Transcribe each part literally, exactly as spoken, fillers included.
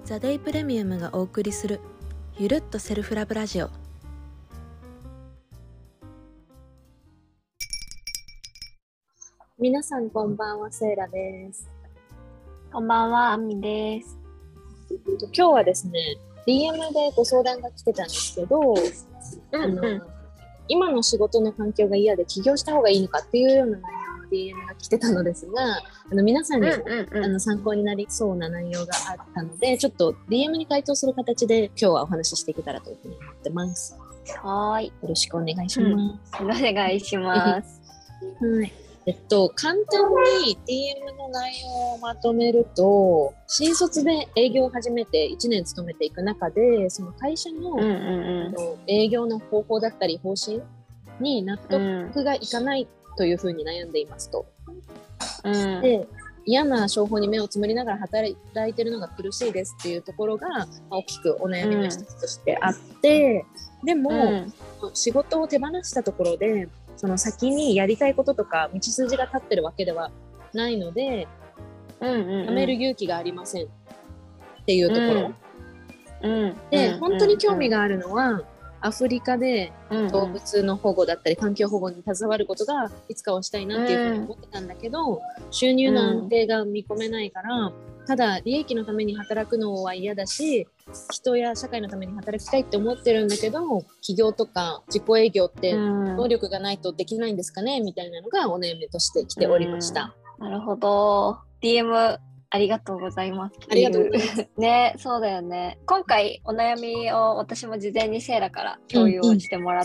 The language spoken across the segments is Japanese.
ザ・デイプレミアムがお送りするゆるっとセルフラブラジオ。 皆さんこんばんは、セイラです。 こんばんは、あみです。 今日はですね ディーエム でご相談が来てたんですけど、 うんうん、 あの今の仕事の環境が嫌で起業した方がいいのかっていうような内容の ディーエム が来てたのですが、あの皆さんに、 うんうんうん、 あの参考になりそうな内容があったので、ちょっと ディーエム に回答する形で今日はお話ししていけたらというふうに思ってます。 はい、 よろしくお願いします。 うん、お願いします。 はい。えっと、簡単に ディーエム の内容をまとめると、新卒で営業を始めていちねん勤めていく中で、その会社の、 うんうんうん、 営業の方法だったり方針に納得がいかないというふうに悩んでいますと。うん、で、嫌な商法に目をつむりながら働いているのが苦しいですっていうところが大きくお悩みの一つとしてあって、うん、でも、うん、仕事を手放したところでその先にやりたいこととか道筋が立ってるわけではないので、うんうんうん、やめる勇気がありませんっていうところ、うんうん、で、うん、本当に興味があるのはアフリカで動物の保護だったり環境保護に携わることがいつかはしたいなっていうふうに思ってたんだけど、収入の安定が見込めないから、ただ利益のために働くのは嫌だし、人や社会のために働きたいって思ってるんだけど、起業とか自己営業って能力がないとできないんですかねみたいなのがお悩みとして来ておりました。 なるほど。 ディーエム ありがとうございます。 ありがとうございますね、そうだよね。今回お悩みを私も事前にセイラから共有をしてもらって、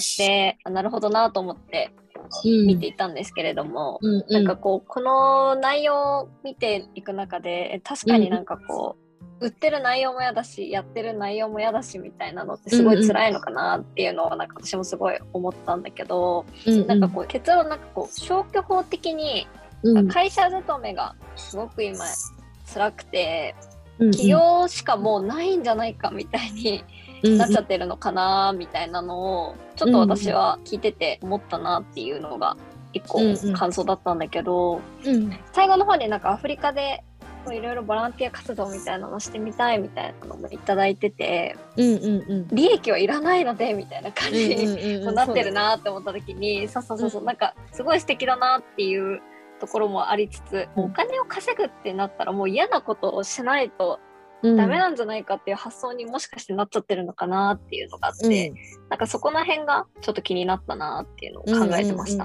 うんうん、なるほどなと思って見ていたんですけれども、うんうん、なんかこうこの内容を見ていく中で確かになんかこう、うんうん、売ってる内容も嫌だしやってる内容も嫌だしみたいなのってすごい辛いのかなっていうのをなんか私もすごい思ったんだけど、うんうん、なんかこう結論なんかこう消去法的に会社勤めがすごく今辛くて、起業しかもうないんじゃないかみたいになっちゃってるのかなみたいなのをちょっと私は聞いてて思ったなっていうのが一個感想だったんだけど、うんうん、最後の方になんかアフリカでいろいろボランティア活動みたいなのしてみたいみたいなのもいただいてて、うんうんうん、利益はいらないのでみたいな感じになってるなって思った時に、そうそうそうそう、なんかすごい素敵だなっていうところもありつつ、お金を稼ぐってなったらもう嫌なことをしないとダメなんじゃないかっていう発想にもしかしてなっちゃってるのかなっていうのがあって、うん、なんかそこら辺がちょっと気になったなっていうのを考えてました。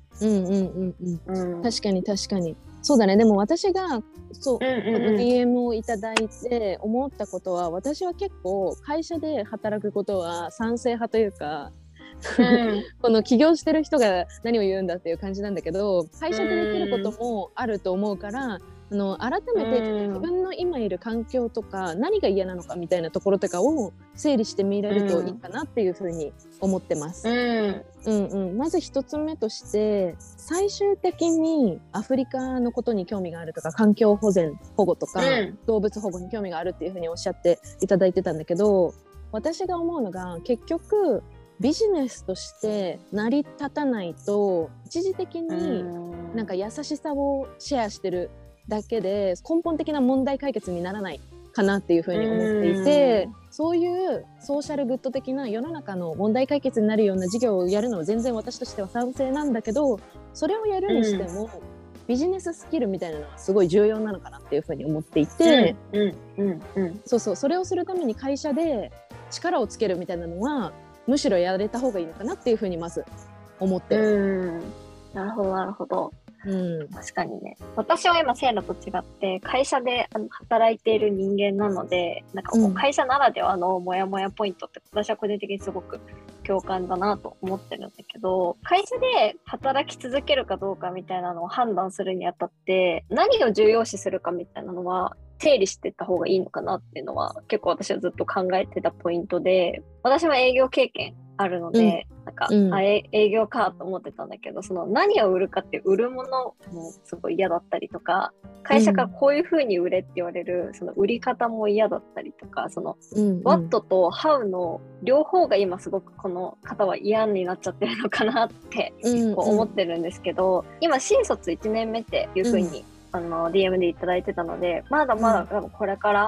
確かに確かにそうだね。でも私がそう、うんうんうん、この ディーエム をいただいて思ったことは、私は結構会社で働くことは賛成派というかうん、この起業してる人が何を言うんだっていう感じなんだけど、会社でできることもあると思うから、あの改めて自分の今いる環境とか何が嫌なのかみたいなところとかを整理してみれるといいかなっていうふうに思ってます、うんうんうん、まず一つ目として最終的にアフリカのことに興味があるとか環境保全保護とか、うん、動物保護に興味があるっていうふうにおっしゃっていただいてたんだけど、私が思うのが結局ビジネスとして成り立たないと一時的になんか優しさをシェアしてるだけで根本的な問題解決にならないかなっていうふうに思っていて、そういうソーシャルグッド的な世の中の問題解決になるような事業をやるのは全然私としては賛成なんだけど、それをやるにしてもビジネススキルみたいなのはすごい重要なのかなっていうふうに思っていて、うんうんうん、そうそう、それをするために会社で力をつけるみたいなのはむしろやれた方がいいのかなっていうふうにまず思ってる。 うん、なるほどなるほど、うん、確かにね。私は今セイラと違って会社であの働いている人間なので、なんかこう会社ならではのモヤモヤポイントって私は個人的にすごく共感だなと思ってるんだけど、会社で働き続けるかどうかみたいなのを判断するにあたって何を重要視するかみたいなのは整理していった方がいいのかなっていうのは結構私はずっと考えてたポイントで、私も営業経験あるので、うん、なんか、うん、あ営業かと思ってたんだけど、その何を売るかって売るものもすごい嫌だったりとか、会社からこういう風に売れって言われるその売り方も嫌だったりとか、その、うん、What と How の両方が今すごくこの方は嫌になっちゃってるのかなってこう思ってるんですけど、うん、今新卒いちねんめっていう風に、うん、あの ディーエム でいただいてたので、まだまだこれから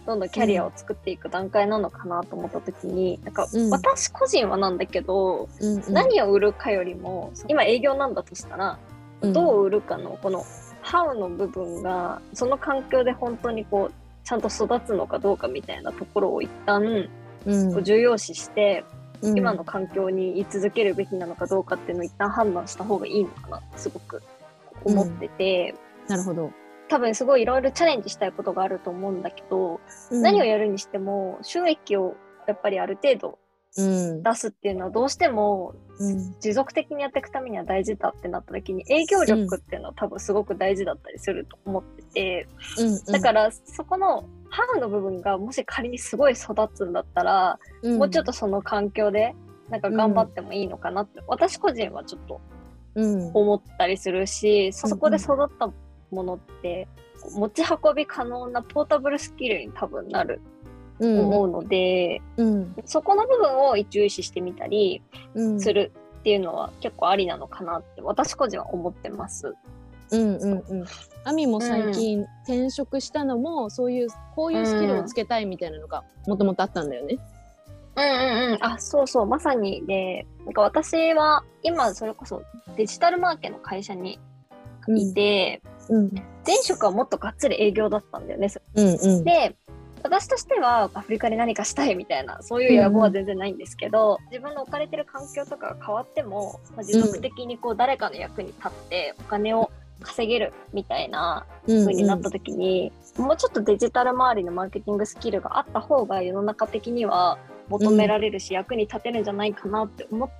どんどんキャリアを作っていく段階なのかなと思った時に、うん、なんか私個人はなんだけど、うんうん、何を売るかよりも今営業なんだとしたら、うん、どう売るかのこのハウの部分がその環境で本当にこうちゃんと育つのかどうかみたいなところを一旦、うん、こう重要視して、うん、今の環境に居続けるべきなのかどうかっていうのを一旦判断した方がいいのかなってすごく思ってて、 うん、なるほど。 多分すごいいろいろチャレンジしたいことがあると思うんだけど、うん、何をやるにしても収益をやっぱりある程度出すっていうのはどうしても持続的にやっていくためには大事だってなった時に営業力っていうのは多分すごく大事だったりすると思ってて、うんうん、だからそこのハウの部分がもし仮にすごい育つんだったら、うん、もうちょっとその環境でなんか頑張ってもいいのかなって、うん、私個人はちょっと思ったりするし、うん、そこで育ったものって持ち運び可能なポータブルスキルに多分なると思うので、うんうん、そこの部分を重視してみたりするっていうのは結構ありなのかなって私個人は思ってます。 うんうんうん。アミも最近転職したのも、うん、そういうこういうスキルをつけたいみたいなのがもともとあったんだよね。 うんうんうん。あ、そうそう、まさにで、なんか私は今それこそデジタルマーケの会社にいて、うんうん、前職はもっとがっつり営業だったんだよね。うんうん、で、私としてはアフリカで何かしたいみたいなそういう野望は全然ないんですけど、うん、自分の置かれてる環境とかが変わっても、まあ、持続的にこう誰かの役に立ってお金を稼げるみたいな風になった時に、うんうん、もうちょっとデジタル周りのマーケティングスキルがあった方が世の中的には求められるし、うん、役に立てるんじゃないかなって思って、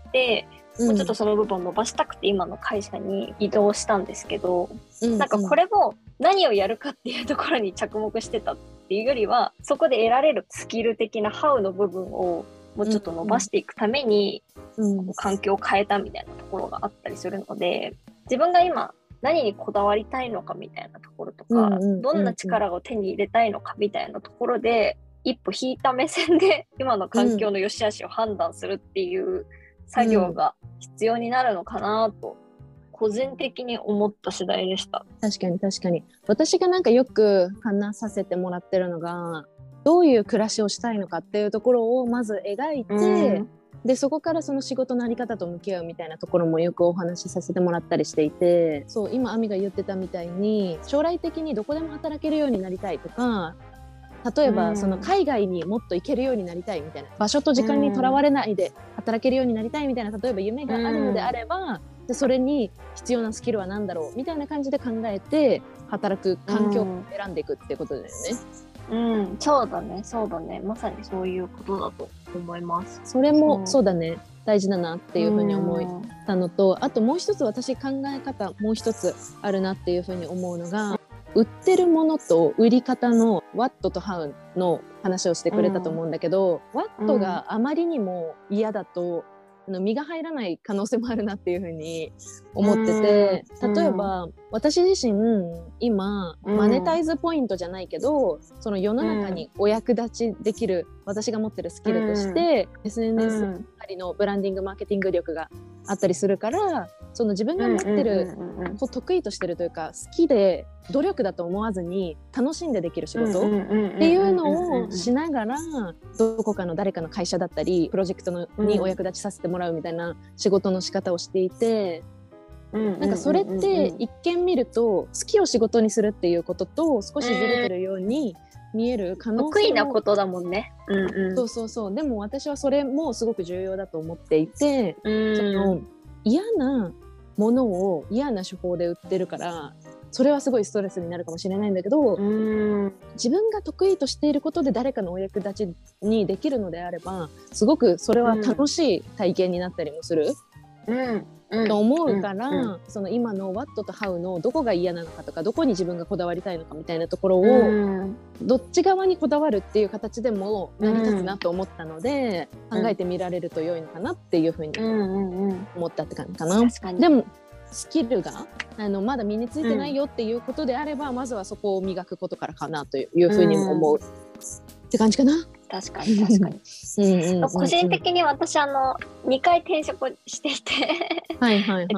うん、もうちょっとその部分を伸ばしたくて今の会社に移動したんですけど、うんうん、なんかこれも何をやるかっていうところに着目してたっていうよりは、そこで得られるスキル的なハウの部分をもうちょっと伸ばしていくために、うん、環境を変えたみたいなところがあったりするので、自分が今何にこだわりたいのかみたいなところとか、うんうんうんうん、どんな力を手に入れたいのかみたいなところで一歩引いた目線で今の環境の良し悪しを判断するっていう作業が必要になるのかなと個人的に思った次第でした。 確かに確かに。私がなんかよく話させてもらってるのが、どういう暮らしをしたいのかっていうところをまず描いて、うん、でそこからその仕事のあり方と向き合うみたいなところもよくお話しさせてもらったりしていて、そう今亜美が言ってたみたいに将来的にどこでも働けるようになりたいとか、例えばその海外にもっと行けるようになりたいみたいな、場所と時間にとらわれないで働けるようになりたいみたいな、例えば夢があるのであれば、でそれに必要なスキルは何だろうみたいな感じで考えて働く環境を選んでいくってことだよね。 うん、うん、そうだねそうだね、まさにそういうことだと思います。 それもそうだね、大事だなっていうふうに思ったのと、あともう一つ私考え方もう一つあるなっていうふうに思うのが、売ってるものと売り方の What と How の話をしてくれたと思うんだけど、うん、What があまりにも嫌だと身が入らない可能性もあるなっていうふうに思ってて、例えば、うん、私自身今、うん、マネタイズポイントじゃないけどその世の中にお役立ちできる私が持ってるスキルとして、うん、エスエヌエス ありのブランディングマーケティング力があったりするから、その自分が持ってる、こう得意としてるというか好きで努力だと思わずに楽しんでできる仕事っていうのをしながら、どこかの誰かの会社だったりプロジェクトのにお役立ちさせてもらうみたいな仕事の仕方をしていて、なんかそれって一見見ると好きを仕事にするっていうことと少しずれてるように見える可能性も得意なことだもんね、うんうん、 そうそうそう。でも私はそれもすごく重要だと思っていて、その嫌なものを嫌な手法で売ってるからそれはすごいストレスになるかもしれないんだけど、うん自分が得意としていることで誰かのお役立ちにできるのであればすごくそれは楽しい体験になったりもする、うんうん、と思うから、うんうん、その今の What と How のどこが嫌なのかとかどこに自分がこだわりたいのかみたいなところを、うん、どっち側にこだわるっていう形でも成り立つなと思ったので、うん、考えてみられると良いのかなっていうふうに思ったって感じかな、うんうんうん、確かに。でもスキルがあのまだ身についてないよっていうことであれば、うん、まずはそこを磨くことからかなというふうにも思う、うん、って感じかな。 確かに確かにうんうんうん、うん、個人的に私あのにかい転職していてはいはい、はい、えっと、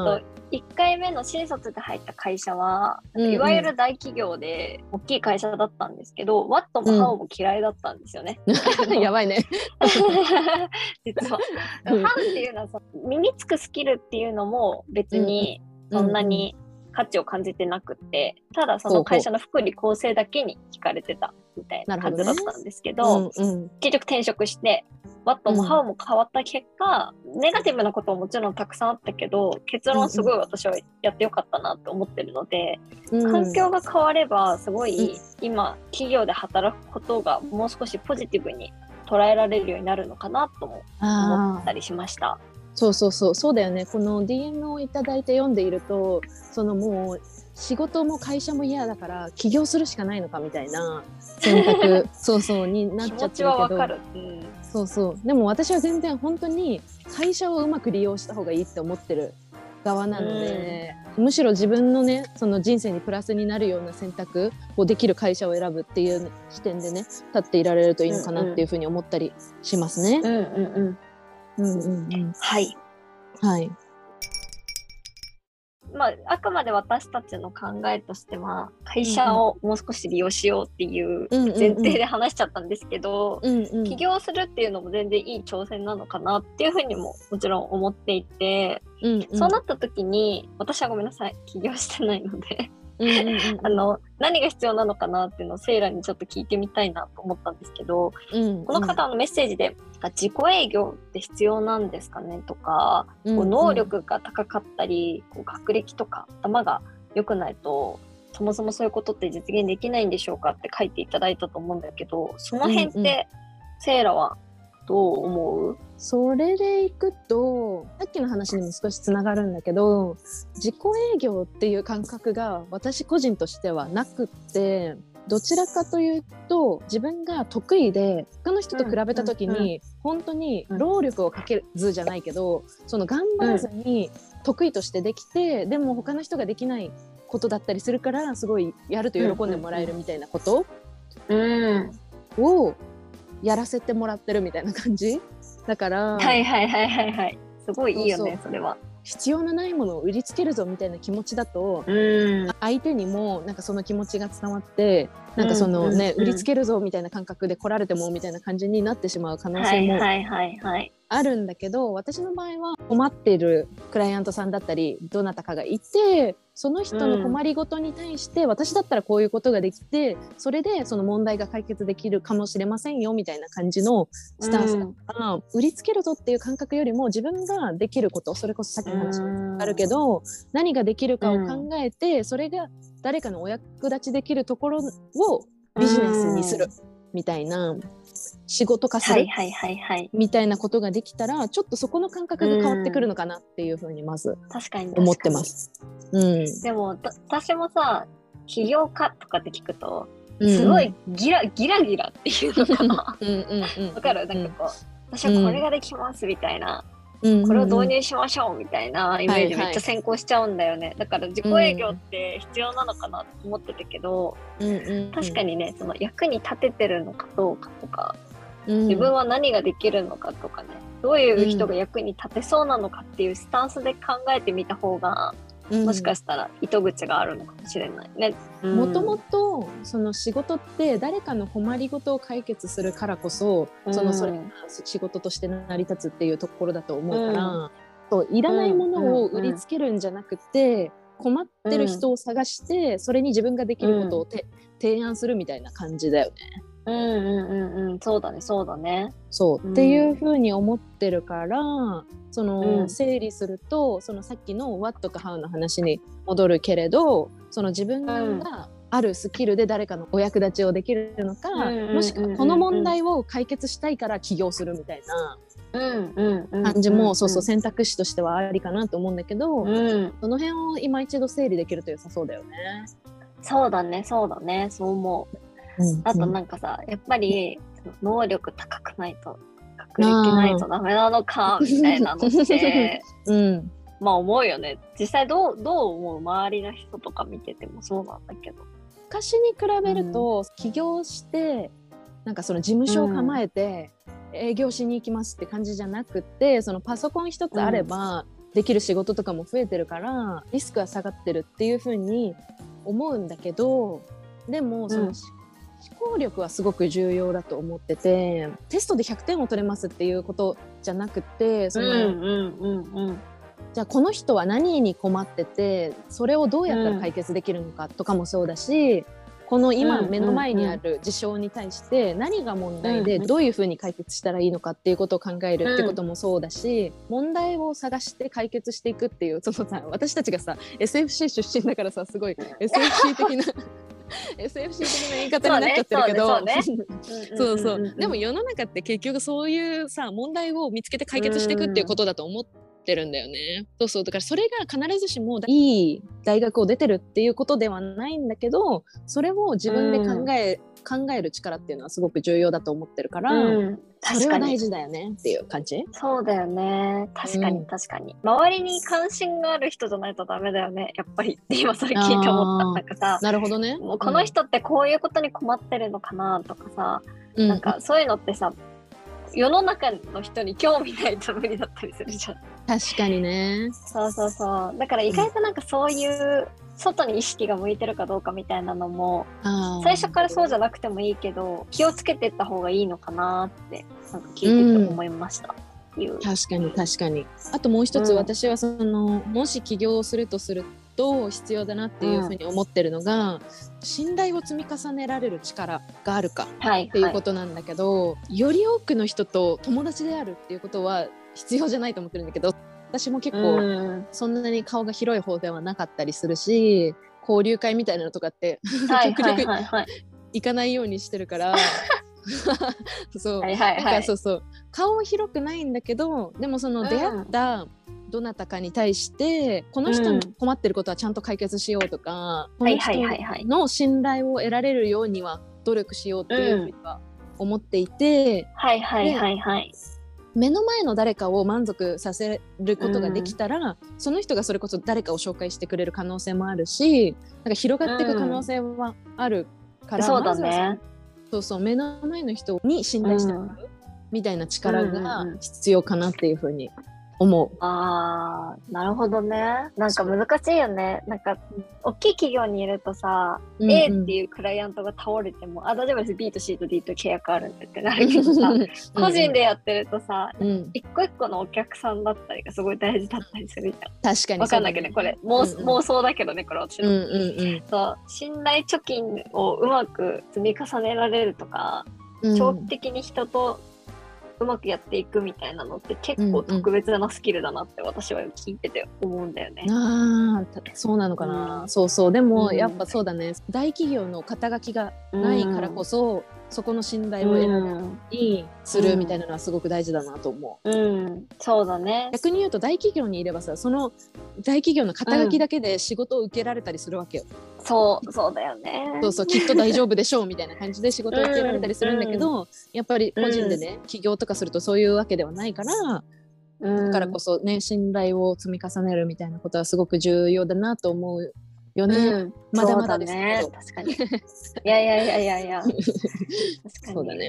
いっかいめの新卒で入った会社は、 うんうん、 いわゆる大企業で大きい会社だったんですけど、ワットもハオも嫌いだったんですよね。 うん、やばいね。 実は。ハウっていうのは身につくスキルっていうのも別にそんなに価値を感じてなくって、ただその会社の福利厚生だけに惹かれてたみたいな感じだったんですけど、 うんうん、 結局転職してワットもハウも変わった結果、うん、ネガティブなことももちろんたくさんあったけど、結論すごい私はやってよかったなと思ってるので、うん、環境が変わればすごい、うん、今企業で働くことがもう少しポジティブに捉えられるようになるのかなとも思ったりしました。 そうそうそうそうだよね。この ディーエム をいただいて読んでいると、そのもう仕事も会社も嫌だから起業するしかないのかみたいな選択そうそうになっちゃってるけど、気持ちはわかる、うん、そうそうでも私は全然本当に会社をうまく利用した方がいいって思ってる側なので、うん、むしろ自分のねその人生にプラスになるような選択をできる会社を選ぶっていう視点でね立っていられるといいのかなっていうふうに思ったりしますね。 うんうんうんうんうんうん、はいはいまあ、あくまで私たちの考えとしては会社をもう少し利用しようっていう前提で話しちゃったんですけど、うんうんうん、起業するっていうのも全然いい挑戦なのかなっていうふうにももちろん思っていて、うんうん、そうなった時に私はごめんなさい起業してないのでうんうんうん、あの何が必要なのかなっていうのをセイラにちょっと聞いてみたいなと思ったんですけど、うんうん、この方のメッセージで自己営業って必要なんですかねとか、うんうん、こう能力が高かったりこう学歴とか頭が良くないとそもそもそういうことって実現できないんでしょうかって書いていただいたと思うんだけど、その辺って、うんうん、セイラはどう思う？ それでいくとさっきの話にも少しつながるんだけど、自己営業っていう感覚が私個人としてはなくって、どちらかというと自分が得意で他の人と比べた時に本当に労力をかけずじゃないけど、その頑張らずに得意としてできて、でも他の人ができないことだったりするからすごいやると喜んでもらえるみたいなことをやらせてもらってるみたいな感じだから、 はいはいはいはいはいすごいいいよね。そうそうそれは必要のないものを売りつけるぞみたいな気持ちだと、うん、相手にもなんかその気持ちが伝わってなんかそのね、うんうんうん、売りつけるぞみたいな感覚で来られてもみたいな感じになってしまう可能性もあるんだけど、私の場合は困っているクライアントさんだったりどなたかがいて、その人の困りごとに対して、うん、私だったらこういうことができてそれでその問題が解決できるかもしれませんよみたいな感じのスタンスだから、うん、売りつけるぞっていう感覚よりも自分ができること、それこそさっきの話もあるけど、うん、何ができるかを考えて、うん、それが誰かのお役立ちできるところをビジネスにするみたいな、仕事化するみたいなことができたらちょっとそこの感覚が変わってくるのかなっていうふうにまず思ってます。うん、 でも私もさ起業家とかって聞くとすごいギラ、うん、ギラギラっていうのかなわかる？なんかこう私はこれができますみたいな、うん、これを導入しましょうみたいなイメージめっちゃ先行しちゃうんだよね、はいはい、だから自己営業って必要なのかなと思ってたけど、うん、確かにねその役に立ててるのかどうかとか、うん、自分は何ができるのかとかね、どういう人が役に立てそうなのかっていうスタンスで考えてみた方が、うん、もしかしたら糸口があるのかもしれないね。 もともとその仕事って誰かの困りごとを解決するからこそ、うん、そのそれが仕事として成り立つっていうところだと思うから、うん、そういらないものを売りつけるんじゃなくて、困ってる人を探して、うん、それに自分ができることをて、うん、提案するみたいな感じだよね。 うんうんうんうん、そうだねそうだね。 そう、うん、っていう風に思ってるから、その、うん、整理するとそのさっきの What か How の話に戻るけれど、その自分があるスキルで誰かのお役立ちをできるのか、うん、もしくはこの問題を解決したいから起業するみたいな感じもそうそう選択肢としてはありかなと思うんだけど、うん、その辺を今一度整理できると良さそうだよね。 そうだねそうだねそう思う。うん、あとなんかさやっぱり能力高くないと学歴ないとダメなのかみたいなのって、うん、まあ思うよね。実際どうどう思う？周りの人とか見ててもそうなんだけど、 昔に比べると、うん、起業してなんかその事務所を構えて営業しに行きますって感じじゃなくて、そのパソコン一つあれば、 できる仕事とかも増えてるからリスクは下がってるっていう風に思うんだけど、でもその、うん、思考力はすごく重要だと思ってて、テストでひゃくてんを取れますっていうことじゃなくて、その、うんうんうんうん、じゃあこの人は何に困っててそれをどうやったら解決できるのかとかもそうだし、この今目の前にある事象に対して何が問題でどういうふうに解決したらいいのかっていうことを考えるってこともそうだし、問題を探して解決していくっていう、そのさ、私たちがさ エスエフシー 出身だからさ、すごい エスエフシー 的なエスエフシー 的な言い方になっちゃってるけど、そうそう、でも世の中って結局そういうさ問題を見つけて解決していくっていうことだと思っててるんだよね。そうそう、だからそれが必ずしもいい大学を出てるっていうことではないんだけど、それを自分で考え、うん、考える力っていうのはすごく重要だと思ってるから、うん、それは大事だよねっていう感じ。 そうだよね、確かに確かに、うん、周りに関心がある人じゃないとダメだよねやっぱりって今それ聞いて思った。なんかさ、 なるほどね、 もうこの人ってこういうことに困ってるのかなとかさ、うん、なんかそういうのってさ世の中の人に興味ないと無理だったりするじゃん。 確かにね。 そうそうそう。だから意外となんかそういう外に意識が向いてるかどうかみたいなのも、うん、最初からそうじゃなくてもいいけど気をつけていった方がいいのかなってなんか聞いてて思いました。うん、いう確かに確かに。あともう一つ、うん、私はそのもし起業をするとすると必要だなっていうふうに思ってるのが、うん、信頼を積み重ねられる力があるかっていうことなんだけど、はいはい、より多くの人と友達であるっていうことは必要じゃないと思ってるんだけど、私も結構そんなに顔が広い方ではなかったりするし、交流会みたいなのとかって極力行かないようにしてるからそう、はいはいはい、だからそうそう、顔広くないんだけど、でもその出会ったどなたかに対して、うん、この人に困ってることはちゃんと解決しようとか、うん、この人の信頼を得られるようには努力しようっていうふうには思っていて、うん、はいはいはいはい、目の前の誰かを満足させることができたら、うん、その人がそれこそ誰かを紹介してくれる可能性もあるし、なんか広がっていく可能性はあるから、うん、そうだね、そうそう、目の前の人に信頼してもらうみたいな力が必要かなっていうふうに思う。 あー、なるほどね。なんか難しいよね。なんか大きい企業にいるとさ、うんうん、A っていうクライアントが倒れても、あ、大丈夫です、 B と C と D と契約あるんでってなるけどさ個人でやってるとさ、うん、一個一個のお客さんだったりがすごい大事だったりするじゃん。確かに。わかんないけどね、これ妄、うんうん、妄想だけどね、これ私の、うんうんうん、そう、信頼貯金をうまく積み重ねられるとか、うん、長期的に人とうまくやっていくみたいなのって結構特別なスキルだなって私は聞いてて思うんだよね。 うんうん、ああ、そうなのかな、うん、そうそう。でもやっぱそうだね、大企業の肩書きがないからこそ、うん、そこの信頼を得られるにするみたいなのはすごく大事だなと思う。 うん、うん、そうだね。 逆に言うと大企業にいればさ、その大企業の肩書きだけで仕事を受けられたりするわけよ。 うん、そうそうだよね。 そうそう、きっと大丈夫でしょうみたいな感じで仕事を受けられたりするんだけど、うん、やっぱり個人でね、うん、起業とかするとそういうわけではないから、うん、だからこそね、信頼を積み重ねるみたいなことはすごく重要だなと思うよね。うん、まだまだですけど、 ね、確かに。いやいやいやいやいや確かにそうだね。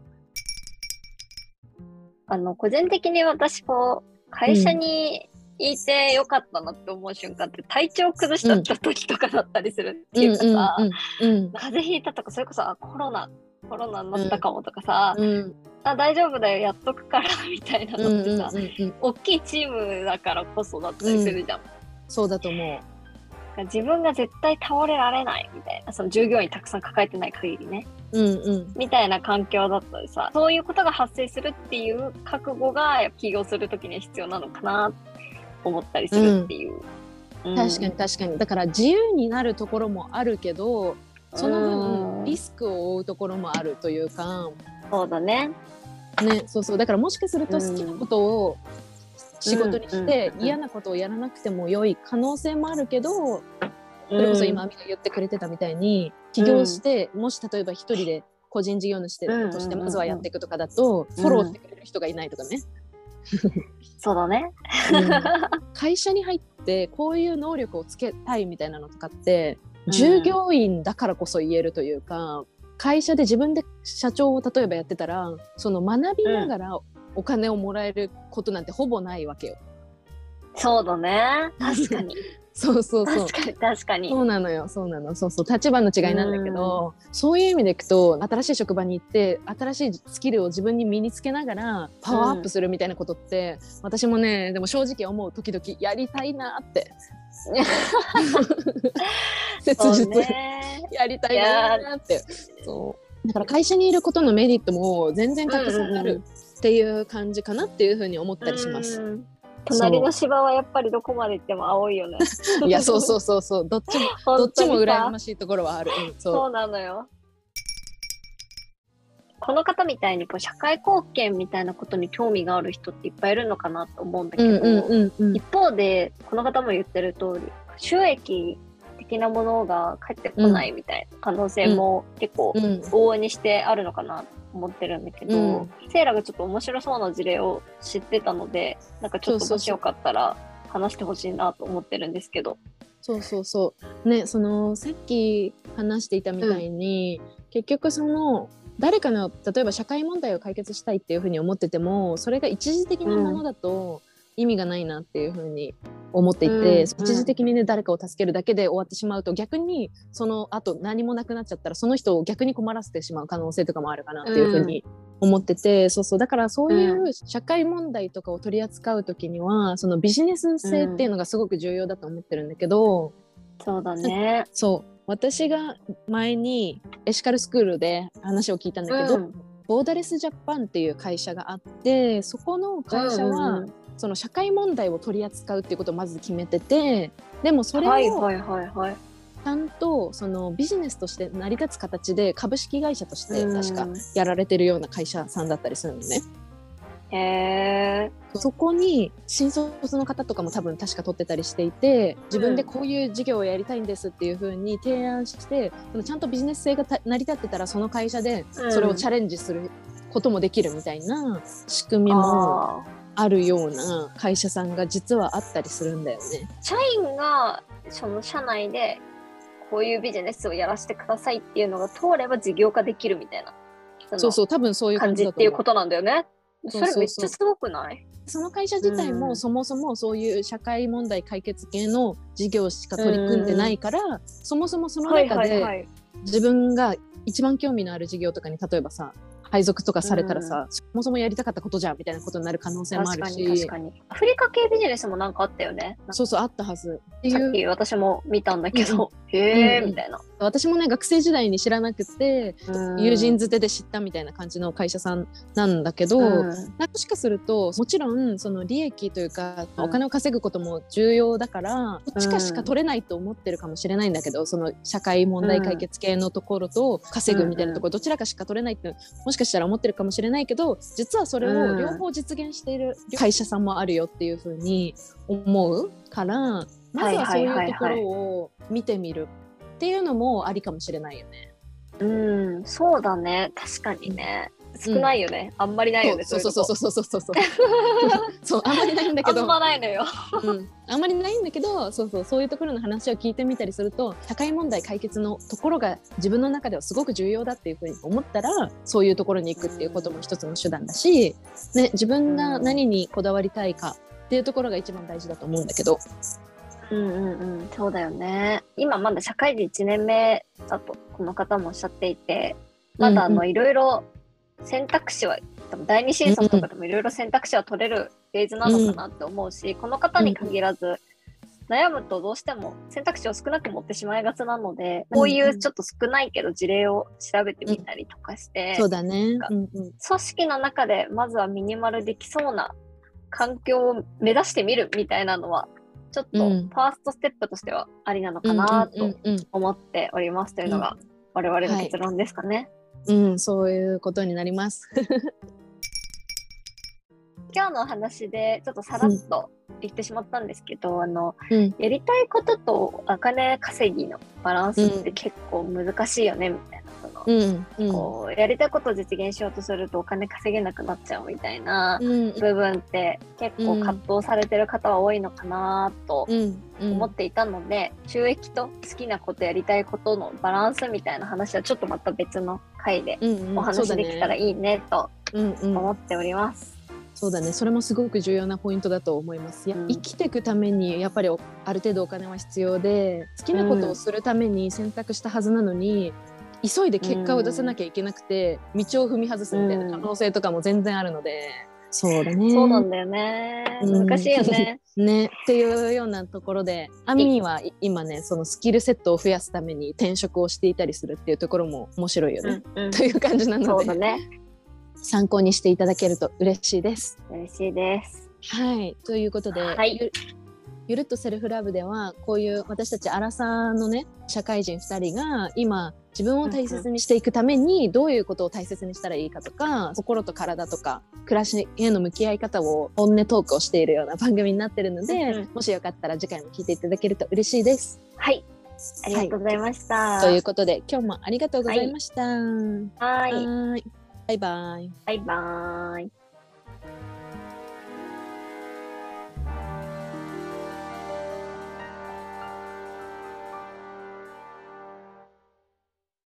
あの個人的に私こう会社にいてよかったなって思う瞬間って、体調崩した時とかだったりするっていうかさ、風邪ひいたとか、それこそあコロナコロナになったかもとかさ、うん、あ大丈夫だよやっとくからみたいなのってさ、うんうんうんうん、大きいチームだからこそだったりするじゃん、うん、 そうだと思う。自分が絶対倒れられないみたいな、その従業員たくさん抱えてない限りね、うんうん、みたいな環境だったりさ、そういうことが発生するっていう覚悟が起業するときには必要なのかなって思ったりするっていう、 うんうん、確かに確かに。だから自由になるところもあるけど、その分リスクを負うところもあるというか、 そうだね。 ね、そうそう。だからもしかすると好きなことを仕事にして、うん、嫌なことをやらなくても良い可能性もあるけど、それこそ今亜美が言ってくれてたみたいに、起業して、うん、もし例えば一人で個人事業主としてまずはやっていくとかだと、フォローしてくれる人がいないとかね。 そうだね、 うん、会社に入ってこういう能力をつけたいみたいなのとかって、従業員だからこそ言えるというか、会社で自分で社長を例えばやってたら、その学びながらお金をもらえることなんてほぼないわけよ。 そうだね、確かにそうそうそう、 確かに確かに、 そうなのよ、そうなの、そうそう、立場の違いなんだけど、うん、そういう意味でいくと新しい職場に行って新しいスキルを自分に身につけながらパワーアップするみたいなことって、うん、私もねでも正直思う、時々やりたいなって切実、やりたいなって。そうだから会社にいることのメリットも全然たくさんあるっていう感じかなっていうふうに思ったりします。うん、 隣の芝はやっぱりどこまで行っても青いよね。 いやそうそうそうそう、どっちもどっちも羨ましいところはある。うん、そう、 そうなのよ。この方みたいにこう社会貢献みたいなことに興味がある人っていっぱいいるのかなと思うんだけど、うんうんうんうん、一方でこの方も言ってる通り収益的なものが返ってこないみたいな可能性も結構往々にしてあるのかなと思ってるんだけど、うん、セイラがちょっと面白そうな事例を知ってたので、なんかちょっともしよかったら話してほしいなと思ってるんですけど。 そうそうそうね、そのさっき話していたみたいに、うん、結局その誰かの例えば社会問題を解決したいっていうふうに思ってても、それが一時的なものだと意味がないなっていうふうに思っていて、うん、一時的にね誰かを助けるだけで終わってしまうと、逆にその後何もなくなっちゃったらその人を逆に困らせてしまう可能性とかもあるかなっていうふうに思ってて、うん、そうそう、だからそういう社会問題とかを取り扱う時にはそのビジネス性っていうのがすごく重要だと思ってるんだけど、 うん、そうだね。 そう私が前にエシカルスクールで話を聞いたんだけど、うん、ボーダレスジャパンっていう会社があって、そこの会社は、うんうん、その社会問題を取り扱うっていうことをまず決めてて、でもそれをちゃんとそのビジネスとして成り立つ形で株式会社として確かやられてるような会社さんだったりするのね。 へー。 そこに新卒の方とかも多分確か取ってたりしていて、自分でこういう事業をやりたいんですっていう風に提案して、うん、ちゃんとビジネス性が成り立ってたらその会社でそれをチャレンジすることもできるみたいな仕組みもあるような会社さんが実はあったりするんだよね。 社員がその社内でこういうビジネスをやらせてくださいっていうのが通れば事業化できるみたいな、 そうそう、多分そういう感じだと思う。 っていうことなんだよね。それめっちゃすごくない？ その会社自体もそもそもそういう社会問題解決系の事業しか取り組んでないから、うん、そもそもその中で自分が一番興味のある事業とかに例えばさ配属とかされたらさ、うん、そもそもやりたかったことじゃんみたいなことになる可能性もあるし、 確かに確かに。アフリカ系ビジネスもなんかあったよね。 そうそう、あったはずっていう。 さっき私も見たんだけど、うん、へー、うん、みたいな。 私もね学生時代に知らなくて、うん、友人づてで知ったみたいな感じの会社さんなんだけど、うん、もしかするともちろんその利益というか、うん、お金を稼ぐことも重要だからどっちかしか取れないと思ってるかもしれないんだけど、その社会問題解決系のところと稼ぐみたいなところ、どちらかしか取れないってもしかしたら思ってるかもしれないけど、実はそれを両方実現している会社さんもあるよっていう風に思うから、まずはそういうところを見てみるっていうのもありかもしれないよね。 うん、そうだね、確かにね、少ないよね、うん、あんまりないよね。 そうそうそうそうそうそうそうそう、あんまりないんだけど、 あんまないのよ、 うん、あんまりないんだけど、そうそう、そういうところの話を聞いてみたりすると、社会問題解決のところが自分の中ではすごく重要だっていうふうに思ったら、そういうところに行くっていうことも一つの手段だし、ね、自分が何にこだわりたいかっていうところが一番大事だと思うんだけど。 うんうんうん、そうだよね。今まだ社会人いちねんめだとこの方もおっしゃっていて、まだあのいろいろ選択肢は多分第二新卒とかでもいろいろ選択肢は取れるフェーズなのかなって思うし、うん、この方に限らず悩むとどうしても選択肢を少なく持ってしまいがちなので、こういうちょっと少ないけど事例を調べてみたりとかして、 うん、そうだね、うんうん、 組織の中でまずはミニマルできそうな環境を目指してみるみたいなのはちょっとファーストステップとしてはありなのかなと思っておりますというのが我々の結論ですかね。 うん、はい、うん、そういうことになります今日のお話でちょっとさらっと言ってしまったんですけど、うん、あのやりたいこととお金稼ぎのバランスって結構難しいよねみたいな、その、うんうん、こうやりたいことを実現しようとするとお金稼げなくなっちゃうみたいな部分って結構葛藤されてる方は多いのかなと思っていたので、収益と好きなことやりたいことのバランスみたいな話はちょっとまた別の回でお話できたらいいねと思っております。 そうだね、それもすごく重要なポイントだと思います。や、うん、生きていくためにやっぱりある程度お金は必要で、好きなことをするために選択したはずなのに、うん、急いで結果を出さなきゃいけなくて、うん、道を踏み外すみたいな可能性とかも全然あるので、うん、そうだね、 そうなんだよね、難しいよね、 うん、ねっていうようなところで、アミは今ねそのスキルセットを増やすために転職をしていたりするっていうところも面白いよね、うんうん、という感じなので、 そうだね、 参考にしていただけると嬉しいです。 嬉しいです。 はい、ということで、はい、ゆ, ゆるっとセルフラブではこういう私たちアラサーのね社会人ふたりが今自分を大切にしていくためにどういうことを大切にしたらいいかとか、心と体とか暮らしへの向き合い方を本音トークをしているような番組になってるので、うん、もしよかったら次回も聞いていただけると嬉しいです。 はい、ありがとうございました、 はい、ということで今日もありがとうございました。 はい、 はい、バイバイ。 バイバイ。